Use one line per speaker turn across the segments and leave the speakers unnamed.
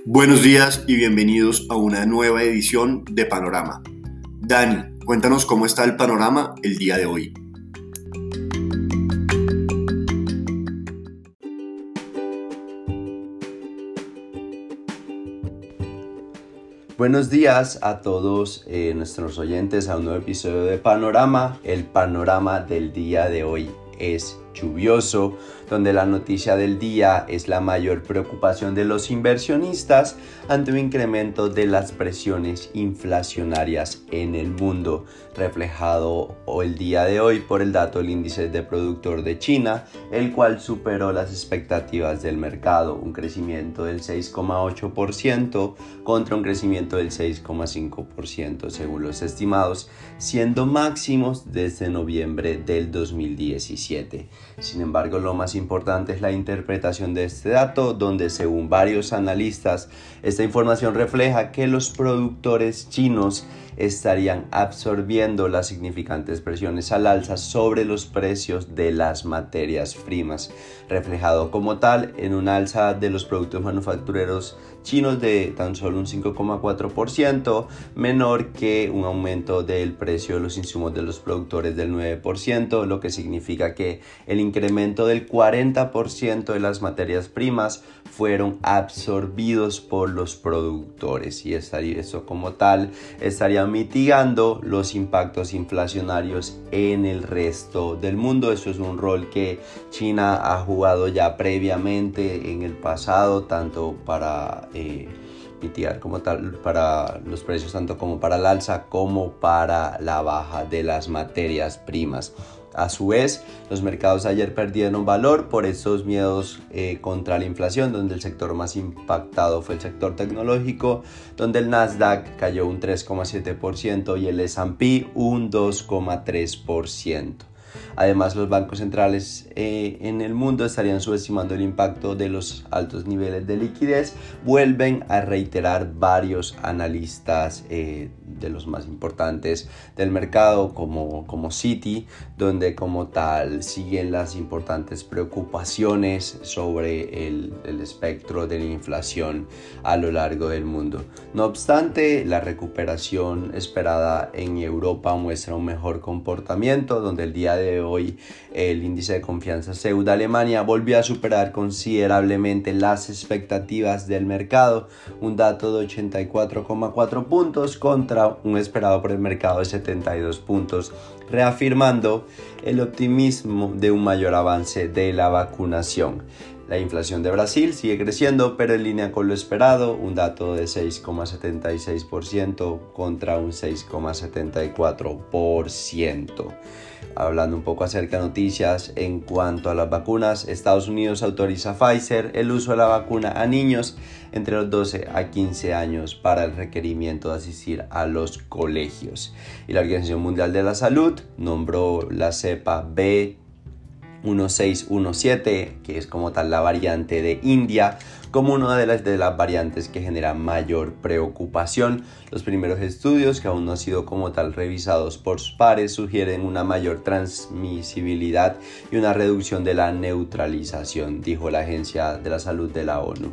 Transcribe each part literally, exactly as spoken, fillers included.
Buenos días y bienvenidos a una nueva edición de Panorama. Dani, cuéntanos cómo está el panorama el día de hoy.
Buenos días a todos eh, nuestros oyentes a un nuevo episodio de Panorama. El panorama del día de hoy es lluvioso, donde la noticia del día es la mayor preocupación de los inversionistas ante un incremento de las presiones inflacionarias en el mundo, reflejado el día de hoy por el dato del índice de productor de China, el cual superó las expectativas del mercado, un crecimiento del seis coma ocho por ciento contra un crecimiento del seis coma cinco por ciento según los estimados, siendo máximos desde noviembre del dos mil diecisiete. Sin embargo, lo más importante es la interpretación de este dato, donde según varios analistas, esta información refleja que los productores chinos estarían absorbiendo las significantes presiones al alza sobre los precios de las materias primas, reflejado como tal en un alza de los productos manufactureros chinos de tan solo un cinco coma cuatro por ciento, menor que un aumento del precio de los insumos de los productores del nueve por ciento, lo que significa que el incremento del cuarenta por ciento de las materias primas fueron absorbidos por los productores, y eso como tal estaría mitigando los impactos inflacionarios en el resto del mundo. Eso es un rol que China ha jugado ya previamente en el pasado, tanto para eh, mitigar como tal para los precios, tanto como para el alza como para la baja de las materias primas. A su vez, los mercados ayer perdieron valor por estos miedos eh, contra la inflación, donde el sector más impactado fue el sector tecnológico, donde el Nasdaq cayó un tres coma siete por ciento y el ese and pe un dos coma tres por ciento. Además, los bancos centrales eh, en el mundo estarían subestimando el impacto de los altos niveles de liquidez, vuelven a reiterar varios analistas eh, de los más importantes del mercado como, como Citi, donde como tal siguen las importantes preocupaciones sobre el, el espectro de la inflación a lo largo del mundo. No obstante, la recuperación esperada en Europa muestra un mejor comportamiento, donde el día de hoy el índice de confianza C E U de Alemania volvió a superar considerablemente las expectativas del mercado, un dato de ochenta y cuatro coma cuatro puntos contra un esperado por el mercado de setenta y dos puntos, reafirmando el optimismo de un mayor avance de la vacunación. La inflación de Brasil sigue creciendo, pero en línea con lo esperado, un dato de seis coma setenta y seis por ciento contra un seis coma setenta y cuatro por ciento. Hablando un poco acerca de noticias en cuanto a las vacunas, Estados Unidos autoriza a Pfizer el uso de la vacuna a niños entre los doce a quince años para el requerimiento de asistir a los colegios. Y la Organización Mundial de la Salud nombró la cepa B uno seis uno siete, que es como tal la variante de India, como una de las, de las variantes que genera mayor preocupación. Los primeros estudios, que aún no han sido como tal revisados por sus pares, sugieren una mayor transmisibilidad y una reducción de la neutralización, dijo la Agencia de la Salud de la ONU.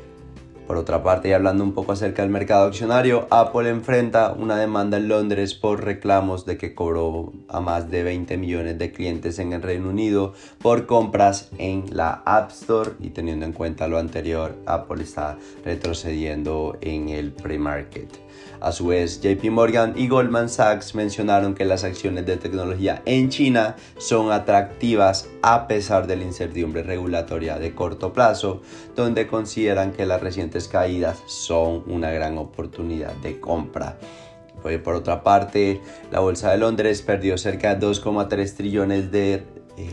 Por otra parte, y hablando un poco acerca del mercado accionario, Apple enfrenta una demanda en Londres por reclamos de que cobró a más de veinte millones de clientes en el Reino Unido por compras en la App Store, y teniendo en cuenta lo anterior, Apple está retrocediendo en el pre-market. A su vez, J P Morgan y Goldman Sachs mencionaron que las acciones de tecnología en China son atractivas a pesar de la incertidumbre regulatoria de corto plazo, donde consideran que las recientes caídas son una gran oportunidad de compra. Por otra parte, la bolsa de Londres perdió cerca de dos coma tres trillones de, eh,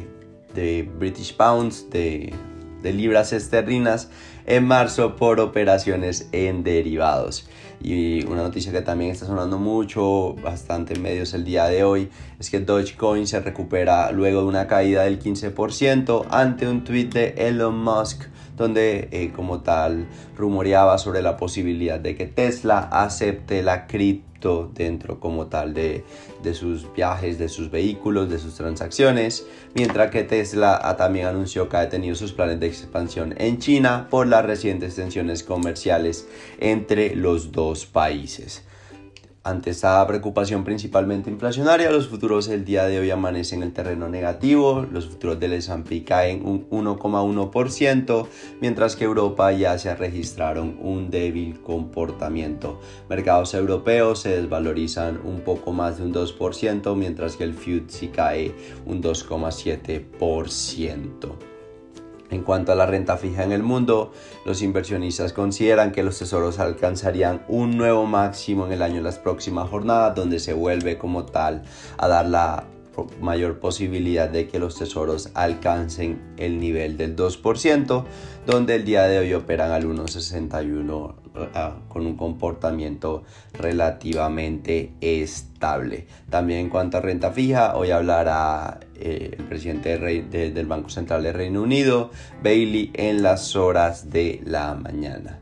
de British Pounds, de, de libras esterlinas, en marzo por operaciones en derivados. Y una noticia que también está sonando mucho, bastante en medios el día de hoy, es que Dogecoin se recupera luego de una caída del quince por ciento ante un tweet de Elon Musk, donde eh, como tal rumoreaba sobre la posibilidad de que Tesla acepte la cripto dentro como tal de, de sus viajes, de sus vehículos, de sus transacciones, mientras que Tesla también anunció que ha detenido sus planes de expansión en China por las recientes tensiones comerciales entre los dos países. Ante esta preocupación principalmente inflacionaria, los futuros el día de hoy amanecen en el terreno negativo. Los futuros del S and P caen un uno coma uno por ciento, mientras que Europa ya se registraron un débil comportamiento. Mercados europeos se desvalorizan un poco más de un dos por ciento, mientras que el F T S E cae un dos coma siete por ciento. En cuanto a la renta fija en el mundo, los inversionistas consideran que los tesoros alcanzarían un nuevo máximo en el año en las próximas jornadas, donde se vuelve como tal a dar la mayor posibilidad de que los tesoros alcancen el nivel del dos por ciento, donde el día de hoy operan al uno coma sesenta y uno uh, con un comportamiento relativamente estable. También en cuanto a renta fija, hoy hablará eh, el presidente de Rey, de, del Banco Central de Reino Unido, Bailey, en las horas de la mañana.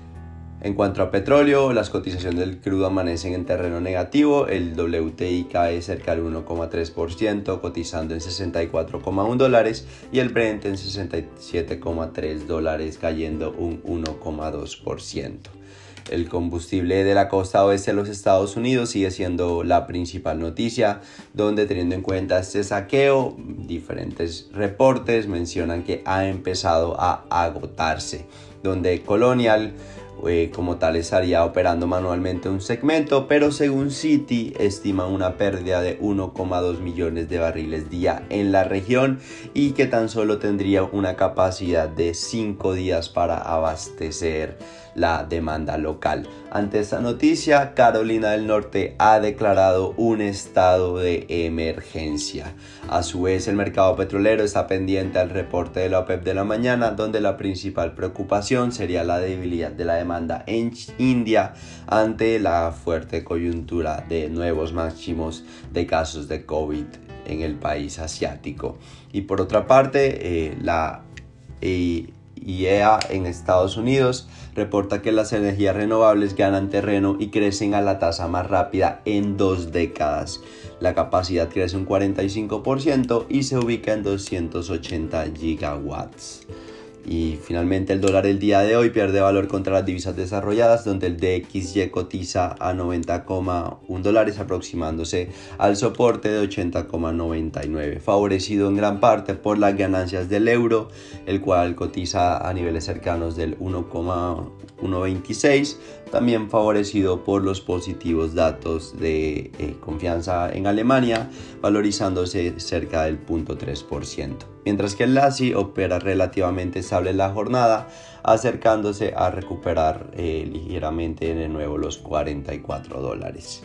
En cuanto a petróleo, las cotizaciones del crudo amanecen en terreno negativo. El W T I cae cerca del uno coma tres por ciento, cotizando en sesenta y cuatro coma uno dólares, y el Brent en sesenta y siete coma tres dólares, cayendo un uno coma dos por ciento. El combustible de la costa oeste de los Estados Unidos sigue siendo la principal noticia, donde, teniendo en cuenta este saqueo, diferentes reportes mencionan que ha empezado a agotarse, donde Colonial Eh, como tal estaría operando manualmente un segmento, pero según Citi estima una pérdida de uno coma dos millones de barriles día en la región, y que tan solo tendría una capacidad de cinco días para abastecer la demanda local. Ante esta noticia, Carolina del Norte ha declarado un estado de emergencia. A su vez, el mercado petrolero está pendiente al reporte de la OPEP de la mañana, donde la principal preocupación sería la debilidad de la demanda en India ante la fuerte coyuntura de nuevos máximos de casos de COVID en el país asiático. Y por otra parte, eh, la eh, I E A en Estados Unidos reporta que las energías renovables ganan terreno y crecen a la tasa más rápida en dos décadas. La capacidad crece un cuarenta y cinco por ciento y se ubica en doscientos ochenta gigawatts. Y finalmente, el dólar el día de hoy pierde valor contra las divisas desarrolladas, donde el D X Y cotiza a noventa coma uno dólares, aproximándose al soporte de ochenta coma noventa y nueve, favorecido en gran parte por las ganancias del euro, el cual cotiza a niveles cercanos del uno coma ciento veintiséis, también favorecido por los positivos datos de eh, confianza en Alemania, valorizándose cerca del cero punto tres por ciento. Mientras que el L A S I opera relativamente estable en la jornada, acercándose a recuperar eh, ligeramente de nuevo los cuarenta y cuatro dólares.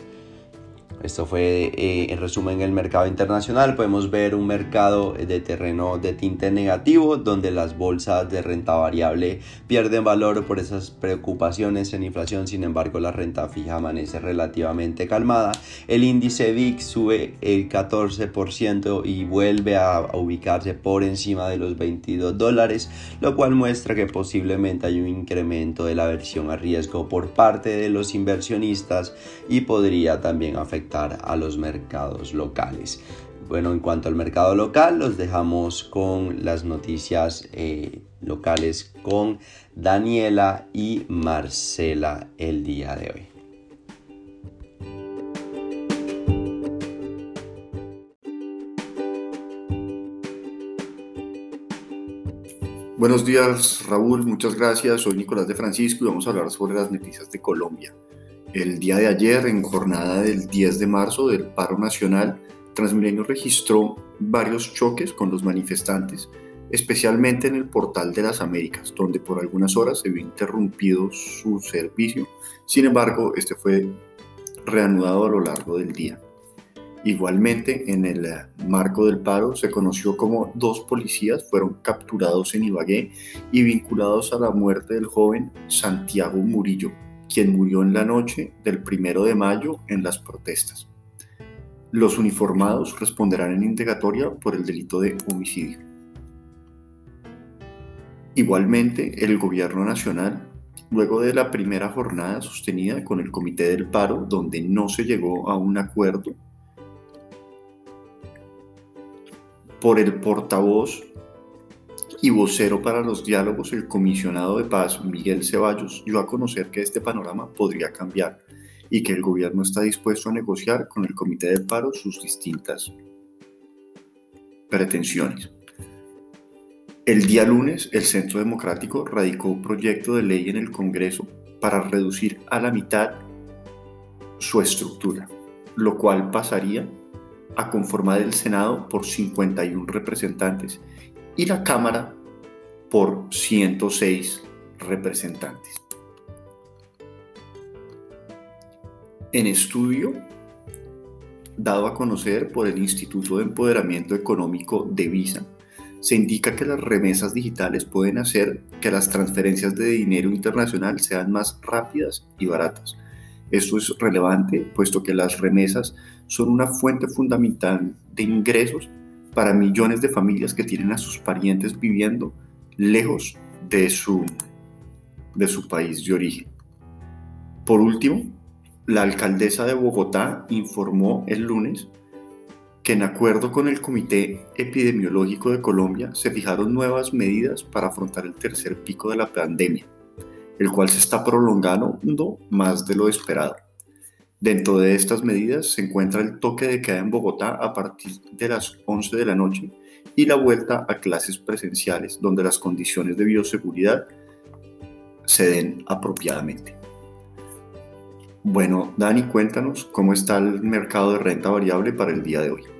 Esto fue eh, en resumen el mercado internacional. Podemos ver un mercado de terreno de tinte negativo, donde las bolsas de renta variable pierden valor por esas preocupaciones en inflación. Sin embargo, la renta fija amanece relativamente calmada. El índice V I X sube el catorce por ciento y vuelve a, a ubicarse por encima de los veintidós dólares, lo cual muestra que posiblemente hay un incremento de la aversión a riesgo por parte de los inversionistas y podría también afectar a los mercados locales. Bueno, en cuanto al mercado local, los dejamos con las noticias eh, locales con Daniela y Marcela el día de hoy.
Buenos días, Raúl, muchas gracias. Soy Nicolás de Francisco y vamos a hablar sobre las noticias de Colombia. El día de ayer, en jornada del diez de marzo del paro nacional, Transmilenio registró varios choques con los manifestantes, especialmente en el Portal de las Américas, donde por algunas horas se vio interrumpido su servicio. Sin embargo, este fue reanudado a lo largo del día. Igualmente, en el marco del paro, se conoció cómo dos policías fueron capturados en Ibagué y vinculados a la muerte del joven Santiago Murillo, quien murió en la noche del primero de mayo en las protestas. Los uniformados responderán en indagatoria por el delito de homicidio. Igualmente, el gobierno nacional, luego de la primera jornada sostenida con el Comité del Paro, donde no se llegó a un acuerdo, por el portavoz y vocero para los diálogos, el comisionado de paz Miguel Ceballos, dio a conocer que este panorama podría cambiar y que el gobierno está dispuesto a negociar con el Comité del Paro sus distintas pretensiones. El día lunes, el Centro Democrático radicó un proyecto de ley en el Congreso para reducir a la mitad su estructura, lo cual pasaría a conformar el Senado por cincuenta y uno representantes y la Cámara por ciento seis representantes. En estudio dado a conocer por el Instituto de Empoderamiento Económico de Visa, se indica que las remesas digitales pueden hacer que las transferencias de dinero internacional sean más rápidas y baratas. Esto es relevante, puesto que las remesas son una fuente fundamental de ingresos para millones de familias que tienen a sus parientes viviendo lejos de su, de su país de origen. Por último, la alcaldesa de Bogotá informó el lunes que en acuerdo con el Comité Epidemiológico de Colombia se fijaron nuevas medidas para afrontar el tercer pico de la pandemia, el cual se está prolongando más de lo esperado. Dentro de estas medidas se encuentra el toque de queda en Bogotá a partir de las once de la noche y la vuelta a clases presenciales, donde las condiciones de bioseguridad se den apropiadamente. Bueno, Dani, cuéntanos cómo está el mercado de renta variable para el día de hoy.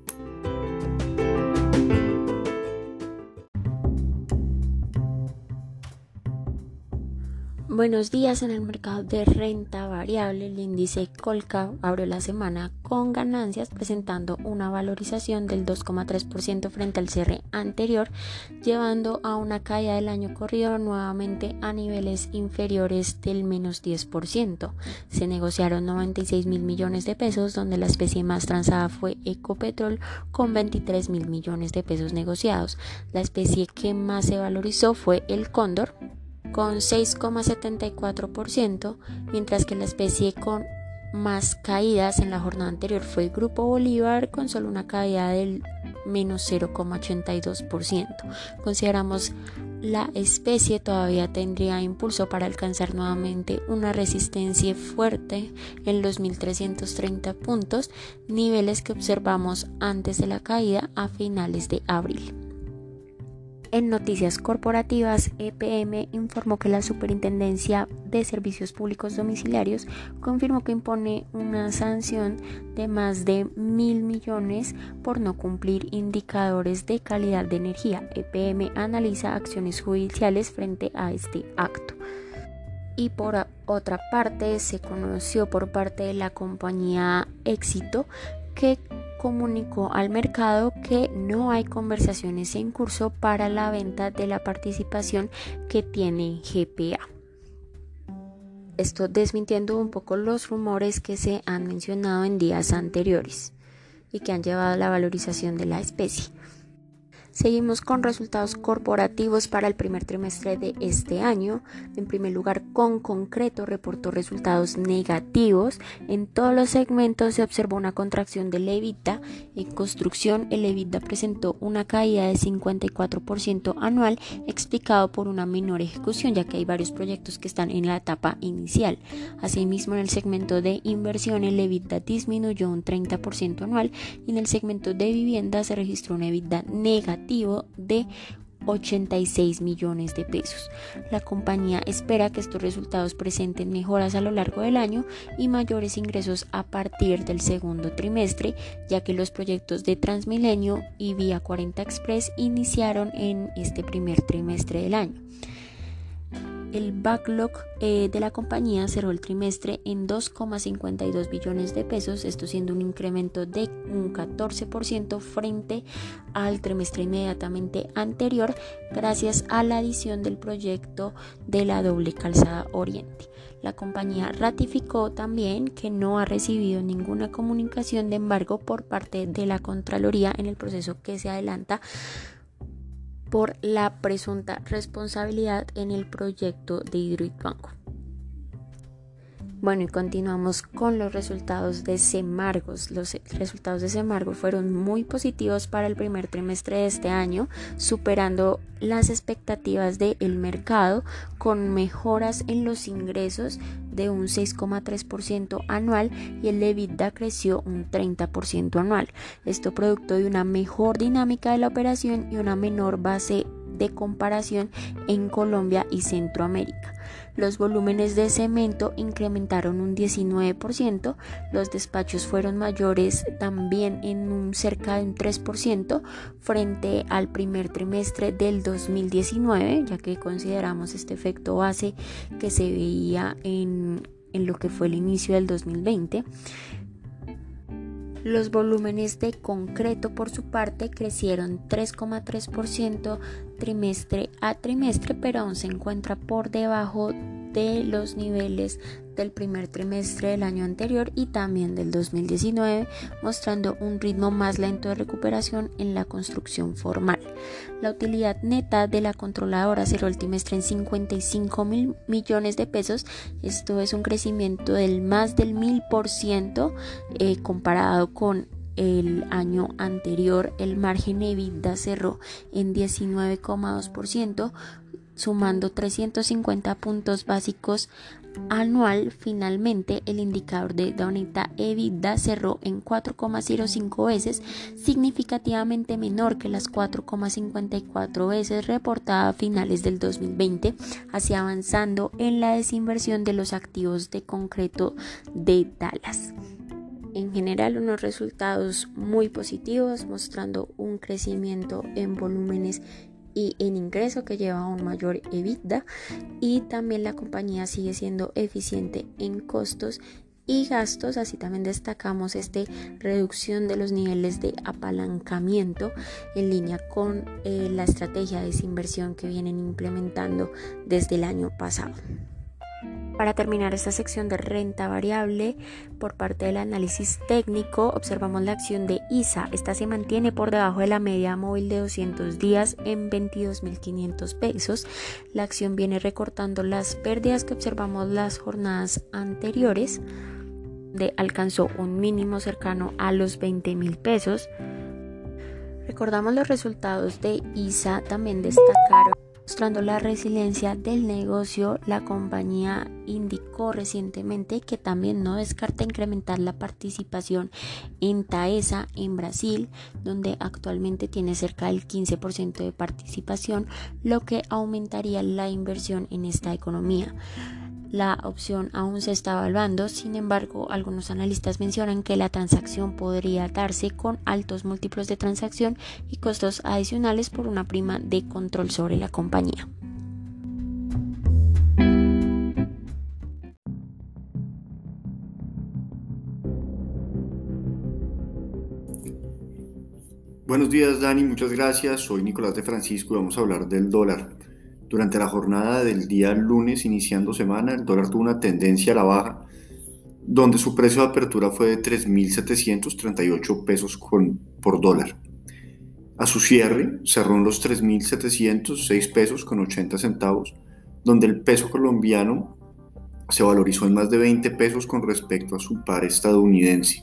Buenos días. En el mercado de renta variable, el índice Colcap abrió la semana con ganancias, presentando una valorización del dos coma tres por ciento frente al cierre anterior, llevando a una caída del año corrido nuevamente a niveles inferiores del menos diez por ciento. Se negociaron noventa y seis mil millones de pesos, donde la especie más transada fue Ecopetrol con veintitrés mil millones de pesos negociados. La especie que más se valorizó fue el Cóndor, con seis coma setenta y cuatro por ciento, mientras que la especie con más caídas en la jornada anterior fue el Grupo Bolívar, con solo una caída del menos cero coma ochenta y dos por ciento. Consideramos la especie todavía tendría impulso para alcanzar nuevamente una resistencia fuerte en los mil trescientos treinta puntos, niveles que observamos antes de la caída a finales de abril. En noticias corporativas, E P M informó que la Superintendencia de Servicios Públicos Domiciliarios confirmó que impone una sanción de más de mil millones por no cumplir indicadores de calidad de energía. E P M analiza acciones judiciales frente a este acto. Y por otra parte, se conoció por parte de la compañía Éxito que comunicó al mercado que no hay conversaciones en curso para la venta de la participación que tiene G P A. Esto desmintiendo un poco los rumores que se han mencionado en días anteriores y que han llevado a la valorización de la especie. Seguimos con resultados corporativos para el primer trimestre de este año. En primer lugar, Con Concreto reportó resultados negativos. En todos los segmentos se observó una contracción del EBITDA. En construcción, el EBITDA presentó una caída de cincuenta y cuatro por ciento anual, explicado por una menor ejecución, ya que hay varios proyectos que están en la etapa inicial. Asimismo, en el segmento de inversión, el EBITDA disminuyó un treinta por ciento anual, y en el segmento de vivienda se registró un EBITDA negativo de ochenta y seis millones de pesos. La compañía espera que estos resultados presenten mejoras a lo largo del año y mayores ingresos a partir del segundo trimestre, ya que los proyectos de Transmilenio y Vía cuarenta Express iniciaron en este primer trimestre del año. El backlog eh, de la compañía cerró el trimestre en dos coma cincuenta y dos billones de pesos, esto siendo un incremento de un catorce por ciento frente al trimestre inmediatamente anterior, gracias a la adición del proyecto de la doble calzada Oriente. La compañía ratificó también que no ha recibido ninguna comunicación de embargo por parte de la Contraloría en el proceso que se adelanta por la presunta responsabilidad en el proyecto de Hidroituango. Bueno, y continuamos con los resultados de Semargos. Los resultados de Semargos fueron muy positivos para el primer trimestre de este año, superando las expectativas del mercado, con mejoras en los ingresos de un seis coma tres por ciento anual y el EBITDA creció un treinta por ciento anual. Esto producto de una mejor dinámica de la operación y una menor base de comparación en Colombia y Centroamérica. Los volúmenes de cemento incrementaron un diecinueve por ciento, los despachos fueron mayores también en un cerca de un tres por ciento frente al primer trimestre del dos mil diecinueve, ya que consideramos este efecto base que se veía en, en lo que fue el inicio del dos mil veinte. Los volúmenes de concreto, por su parte, crecieron tres coma tres por ciento trimestre a trimestre, pero aún se encuentra por debajo de los niveles del primer trimestre del año anterior y también del dos mil diecinueve, mostrando un ritmo más lento de recuperación en la construcción formal. La utilidad neta de la controladora cerró el trimestre en cincuenta y cinco mil millones de pesos. Esto es un crecimiento del más del mil por ciento eh, comparado con el año anterior. El margen EBITDA cerró en diecinueve coma dos por ciento, sumando trescientos cincuenta puntos básicos anual. Finalmente, el indicador de Donita EBITDA cerró en cuatro coma cero cinco veces, significativamente menor que las cuatro coma cincuenta y cuatro veces reportadas a finales del dos mil veinte, así avanzando en la desinversión de los activos de concreto de Dallas. En general, unos resultados muy positivos, mostrando un crecimiento en volúmenes y en ingreso que lleva a un mayor EBITDA, y también la compañía sigue siendo eficiente en costos y gastos. Así también destacamos esta reducción de los niveles de apalancamiento en línea con eh, la estrategia de desinversión que vienen implementando desde el año pasado. Para terminar esta sección de renta variable, por parte del análisis técnico, observamos la acción de I S A. Esta se mantiene por debajo de la media móvil de doscientos días en veintidós mil quinientos pesos. La acción viene recortando las pérdidas que observamos las jornadas anteriores, de alcanzó un mínimo cercano a los veinte mil pesos. Recordamos los resultados de I S A, también destacaron. Mostrando la resiliencia del negocio, la compañía indicó recientemente que también no descarta incrementar la participación en Taesa en Brasil, donde actualmente tiene cerca del quince por ciento de participación, lo que aumentaría la inversión en esta economía. La opción aún se está evaluando, sin embargo, algunos analistas mencionan que la transacción podría darse con altos múltiplos de transacción y costos adicionales por una prima de control sobre la compañía.
Buenos días, Dani, muchas gracias. Soy Nicolás de Francisco y vamos a hablar del dólar. Durante la jornada del día lunes, iniciando semana, el dólar tuvo una tendencia a la baja, donde su precio de apertura fue de tres mil setecientos treinta y ocho pesos con, por dólar. A su cierre, cerró en los tres mil setecientos seis pesos con ochenta centavos, donde el peso colombiano se valorizó en más de veinte pesos con respecto a su par estadounidense.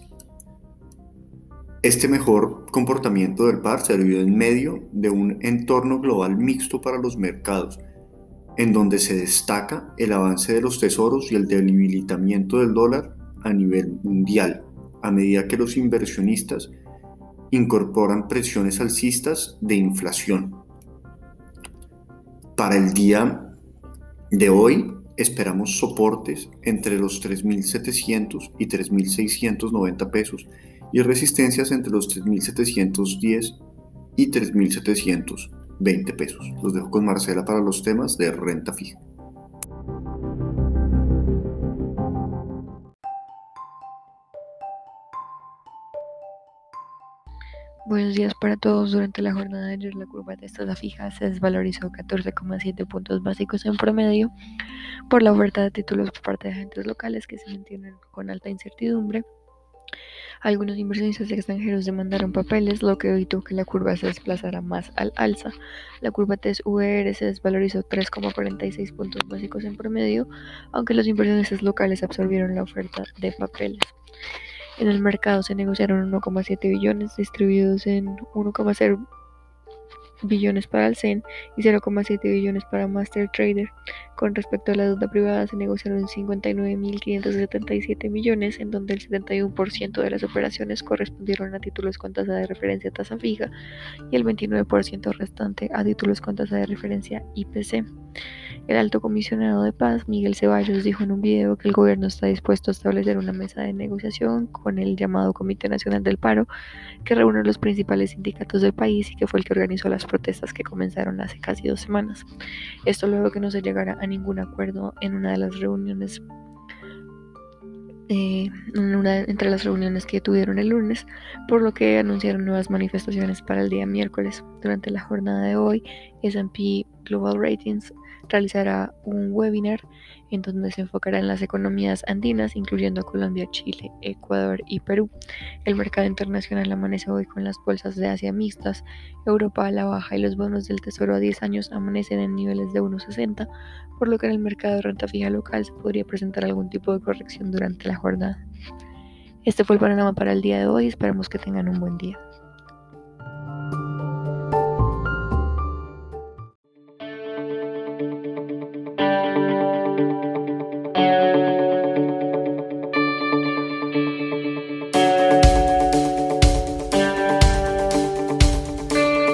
Este mejor comportamiento del par se dio en medio de un entorno global mixto para los mercados, en donde se destaca el avance de los tesoros y el debilitamiento del dólar a nivel mundial, a medida que los inversionistas incorporan presiones alcistas de inflación. Para el día de hoy esperamos soportes entre los tres mil setecientos y tres mil seiscientos noventa pesos y resistencias entre los tres mil setecientos diez y tres mil setecientos veinte pesos. Los dejo con Marcela para los temas de renta fija.
Buenos días para todos. Durante la jornada de ayer la curva de tasa fija se desvalorizó catorce coma siete puntos básicos en promedio por la oferta de títulos por parte de agentes locales que se mantienen con alta incertidumbre Algunos inversionistas extranjeros demandaron papeles, lo que evitó que la curva se desplazara más al alza. La curva T E S V R se desvalorizó tres coma cuarenta y seis puntos básicos en promedio, aunque los inversionistas locales absorbieron la oferta de papeles. En el mercado se negociaron uno coma siete billones distribuidos en uno coma cero billones para el C E N y cero coma siete billones para Master Trader. Con respecto a la deuda privada, se negociaron cincuenta y nueve mil quinientos setenta y siete millones, en donde el setenta y uno por ciento de las operaciones correspondieron a títulos con tasa de referencia tasa fija y el veintinueve por ciento restante a títulos con tasa de referencia I P C. El alto comisionado de paz, Miguel Ceballos, dijo en un video que el gobierno está dispuesto a establecer una mesa de negociación con el llamado Comité Nacional del Paro, que reúne a los principales sindicatos del país y que fue el que organizó las protestas que comenzaron hace casi dos semanas. Esto luego que no se llegara a ningún acuerdo en una de las reuniones Eh, en una, entre las reuniones que tuvieron el lunes, por lo que anunciaron nuevas manifestaciones para el día miércoles. Durante la jornada de hoy, S and P Global Ratings realizará un webinar en donde se enfocará en las economías andinas, incluyendo Colombia, Chile, Ecuador y Perú. El mercado internacional amanece hoy con las bolsas de Asia mixtas, Europa a la baja y los bonos del Tesoro a diez años amanecen en niveles de uno coma sesenta, por lo que en el mercado de renta fija local se podría presentar algún tipo de corrección durante la jornada. Este fue el panorama para el día de hoy, esperamos que tengan un buen día.